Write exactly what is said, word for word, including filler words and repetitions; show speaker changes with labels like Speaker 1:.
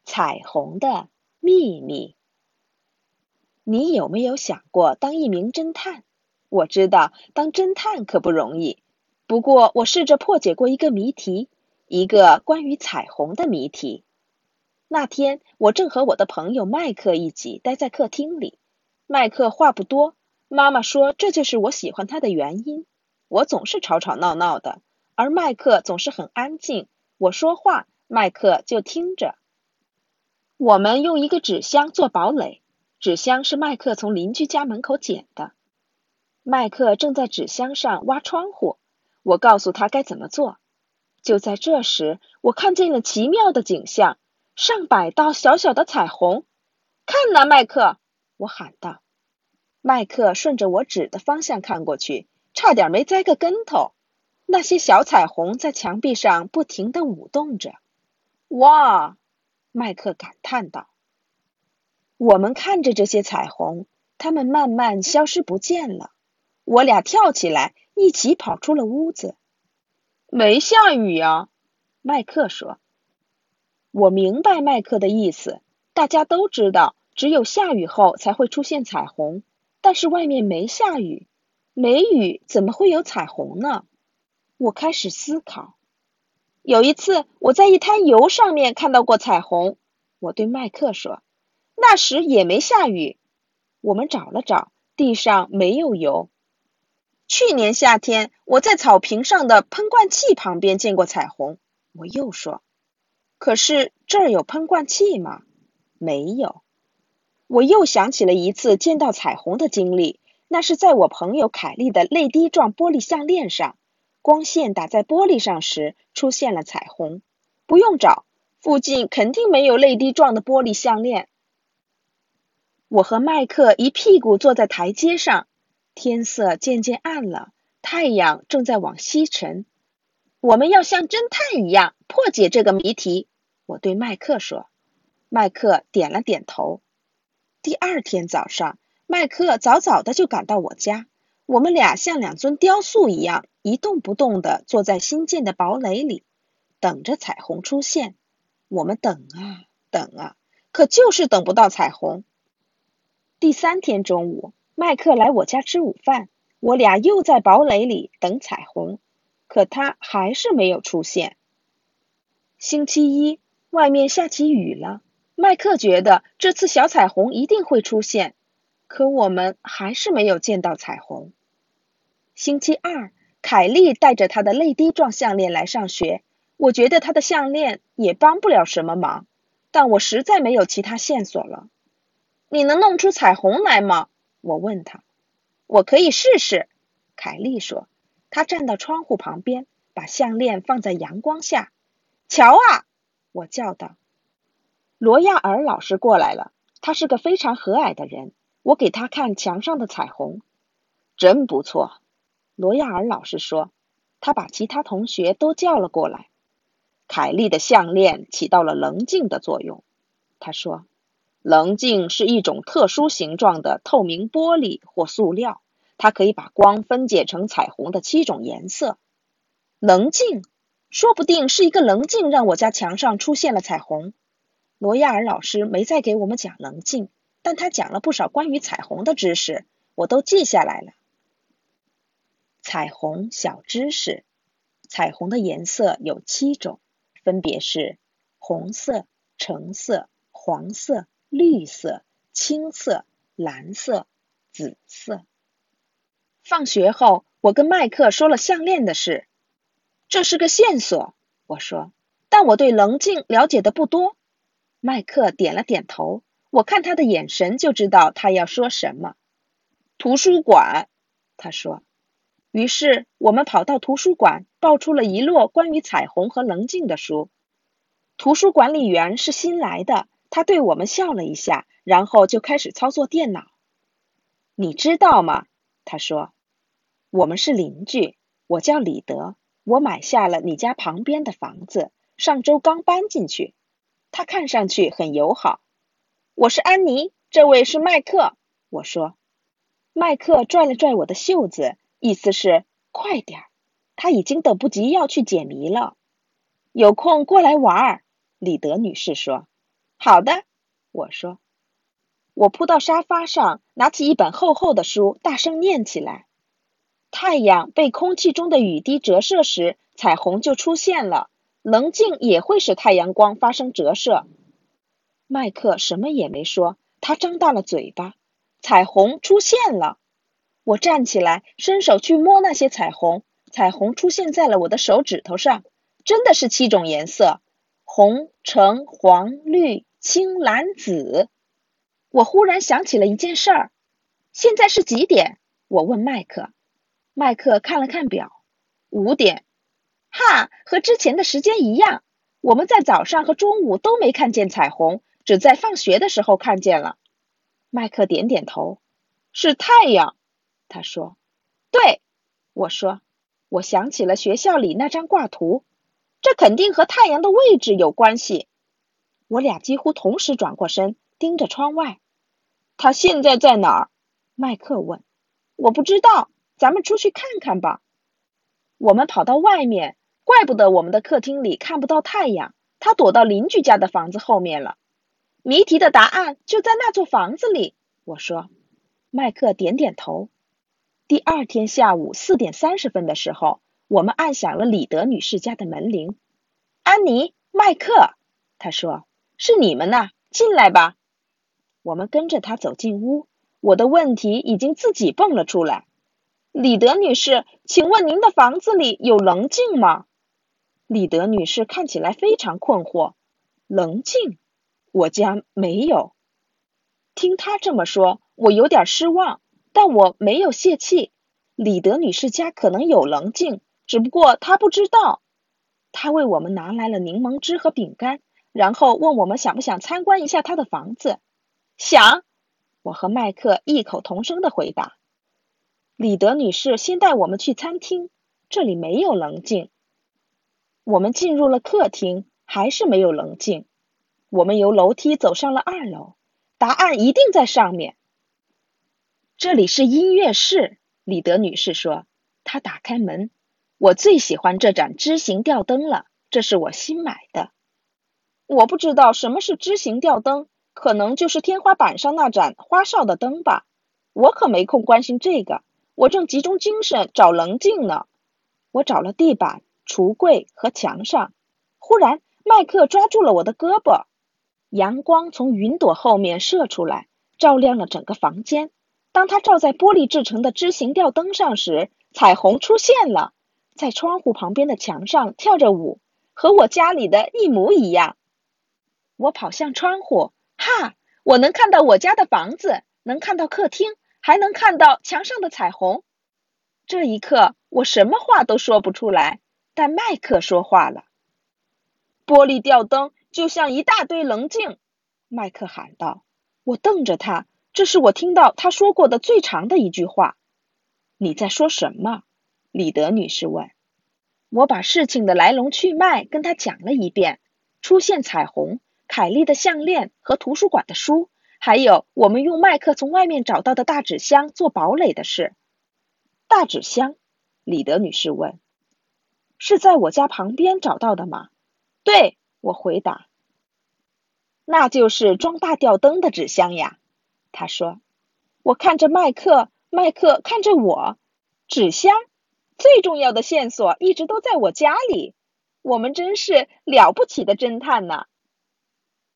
Speaker 1: 彩虹的秘密。你有没有想过当一名侦探？我知道当侦探可不容易，不过我试着破解过一个谜题，一个关于彩虹的谜题。那天我正和我的朋友麦克一起待在客厅里，麦克话不多，妈妈说这就是我喜欢他的原因。我总是吵吵闹闹的，而麦克总是很安静，我说话，麦克就听着。我们用一个纸箱做堡垒，纸箱是麦克从邻居家门口捡的。麦克正在纸箱上挖窗户，我告诉他该怎么做。就在这时，我看见了奇妙的景象，上百道小小的彩虹。看哪，麦克！我喊道。麦克顺着我指的方向看过去，差点没栽个跟头。那些小彩虹在墙壁上不停地舞动着。哇！麦克感叹道。我们看着这些彩虹，它们慢慢消失不见了。我俩跳起来，一起跑出了屋子。没下雨呀，麦克说。我明白麦克的意思，大家都知道，只有下雨后才会出现彩虹，但是外面没下雨，没雨怎么会有彩虹呢？我开始思考。有一次，我在一滩油上面看到过彩虹，我对麦克说。那时也没下雨，我们找了找，地上没有油。去年夏天，我在草坪上的喷灌器旁边见过彩虹，我又说。可是这儿有喷灌器吗？没有。我又想起了一次见到彩虹的经历，那是在我朋友凯莉的泪滴状玻璃项链上，光线打在玻璃上时出现了彩虹。不用找，附近肯定没有泪滴状的玻璃项链。我和麦克一屁股坐在台阶上，天色渐渐暗了，太阳正在往西沉。我们要像侦探一样破解这个谜题，我对麦克说。麦克点了点头。第二天早上，麦克早早的就赶到我家，我们俩像两尊雕塑一样一动不动地坐在新建的堡垒里，等着彩虹出现。我们等啊等啊，可就是等不到彩虹。第三天中午，麦克来我家吃午饭，我俩又在堡垒里等彩虹，可他还是没有出现。星期一，外面下起雨了，麦克觉得这次小彩虹一定会出现，可我们还是没有见到彩虹。星期二，凯莉带着她的泪滴状项链来上学，我觉得她的项链也帮不了什么忙，但我实在没有其他线索了。你能弄出彩虹来吗？我问他。我可以试试，凯莉说。她站到窗户旁边，把项链放在阳光下。瞧啊！我叫道。罗亚尔老师过来了，他是个非常和蔼的人。我给他看墙上的彩虹。真不错，罗亚尔老师说。他把其他同学都叫了过来。凯莉的项链起到了棱镜的作用，他说。棱镜是一种特殊形状的透明玻璃或塑料，它可以把光分解成彩虹的七种颜色。棱镜，说不定是一个棱镜让我家墙上出现了彩虹。罗亚尔老师没再给我们讲棱镜，但他讲了不少关于彩虹的知识，我都记下来了。彩虹小知识：彩虹的颜色有七种，分别是红色、橙色、黄色、绿色、青色、蓝色、紫色。放学后，我跟麦克说了项链的事。这是个线索，我说，但我对棱镜了解的不多。麦克点了点头，我看他的眼神就知道他要说什么。图书馆，他说。于是我们跑到图书馆，抱出了一摞关于彩虹和棱镜的书。图书管理员是新来的，他对我们笑了一下，然后就开始操作电脑。你知道吗？他说。我们是邻居，我叫李德，我买下了你家旁边的房子，上周刚搬进去。他看上去很友好。我是安妮，这位是麦克，我说。麦克拽了拽我的袖子，意思是快点，他已经等不及要去解谜了。有空过来玩儿，李德女士说。 好的，我说。我扑到沙发上，拿起一本厚厚的书，大声念起来。太阳被空气中的雨滴折射时，彩虹就出现了。棱镜也会使太阳光发生折射。麦克什么也没说，他张大了嘴巴。彩虹出现了。我站起来，伸手去摸那些彩虹，彩虹出现在了我的手指头上，真的是七种颜色：红、橙、黄、绿、青、蓝、紫。我忽然想起了一件事儿。现在是几点？我问麦克。麦克看了看表，五点。哈，和之前的时间一样。我们在早上和中午都没看见彩虹，只在放学的时候看见了。麦克点点头。是太阳，他说。对，我说。我想起了学校里那张挂图，这肯定和太阳的位置有关系。我俩几乎同时转过身，盯着窗外。他现在在哪儿？麦克问。我不知道，咱们出去看看吧。我们跑到外面，怪不得我们的客厅里看不到太阳，他躲到邻居家的房子后面了。谜题的答案就在那座房子里，我说。麦克点点头。第二天下午四点三十分的时候，我们按响了李德女士家的门铃。安妮，麦克，她说，是你们呐，进来吧。我们跟着她走进屋，我的问题已经自己蹦了出来。李德女士，请问您的房子里有棱镜吗？李德女士看起来非常困惑。棱镜？我家没有。听她这么说，我有点失望，但我没有泄气。李德女士家可能有棱镜，只不过她不知道。她为我们拿来了柠檬汁和饼干，然后问我们想不想参观一下她的房子。想，我和麦克异口同声地回答。李德女士先带我们去餐厅，这里没有棱镜。我们进入了客厅，还是没有棱镜。我们由楼梯走上了二楼，答案一定在上面。这里是音乐室，李德女士说。她打开门。我最喜欢这盏枝形吊灯了，这是我新买的。我不知道什么是枝形吊灯，可能就是天花板上那盏花哨的灯吧。我可没空关心这个，我正集中精神找棱镜呢。我找了地板、橱柜和墙上。忽然，麦克抓住了我的胳膊。阳光从云朵后面射出来，照亮了整个房间。当它照在玻璃制成的枝形吊灯上时，彩虹出现了，在窗户旁边的墙上跳着舞，和我家里的一模一样。我跑向窗户，哈，我能看到我家的房子，能看到客厅，还能看到墙上的彩虹。这一刻，我什么话都说不出来，但麦克说话了。玻璃吊灯就像一大堆棱镜，麦克喊道。我瞪着他，这是我听到他说过的最长的一句话。你在说什么？李德女士问。我把事情的来龙去脉跟他讲了一遍，出现彩虹，凯莉的项链和图书馆的书，还有我们用麦克从外面找到的大纸箱做堡垒的事。大纸箱？李德女士问。是在我家旁边找到的吗？对，我回答。那就是装大吊灯的纸箱呀，她说。我看着麦克，麦克看着我。纸箱？最重要的线索一直都在我家里。我们真是了不起的侦探呢。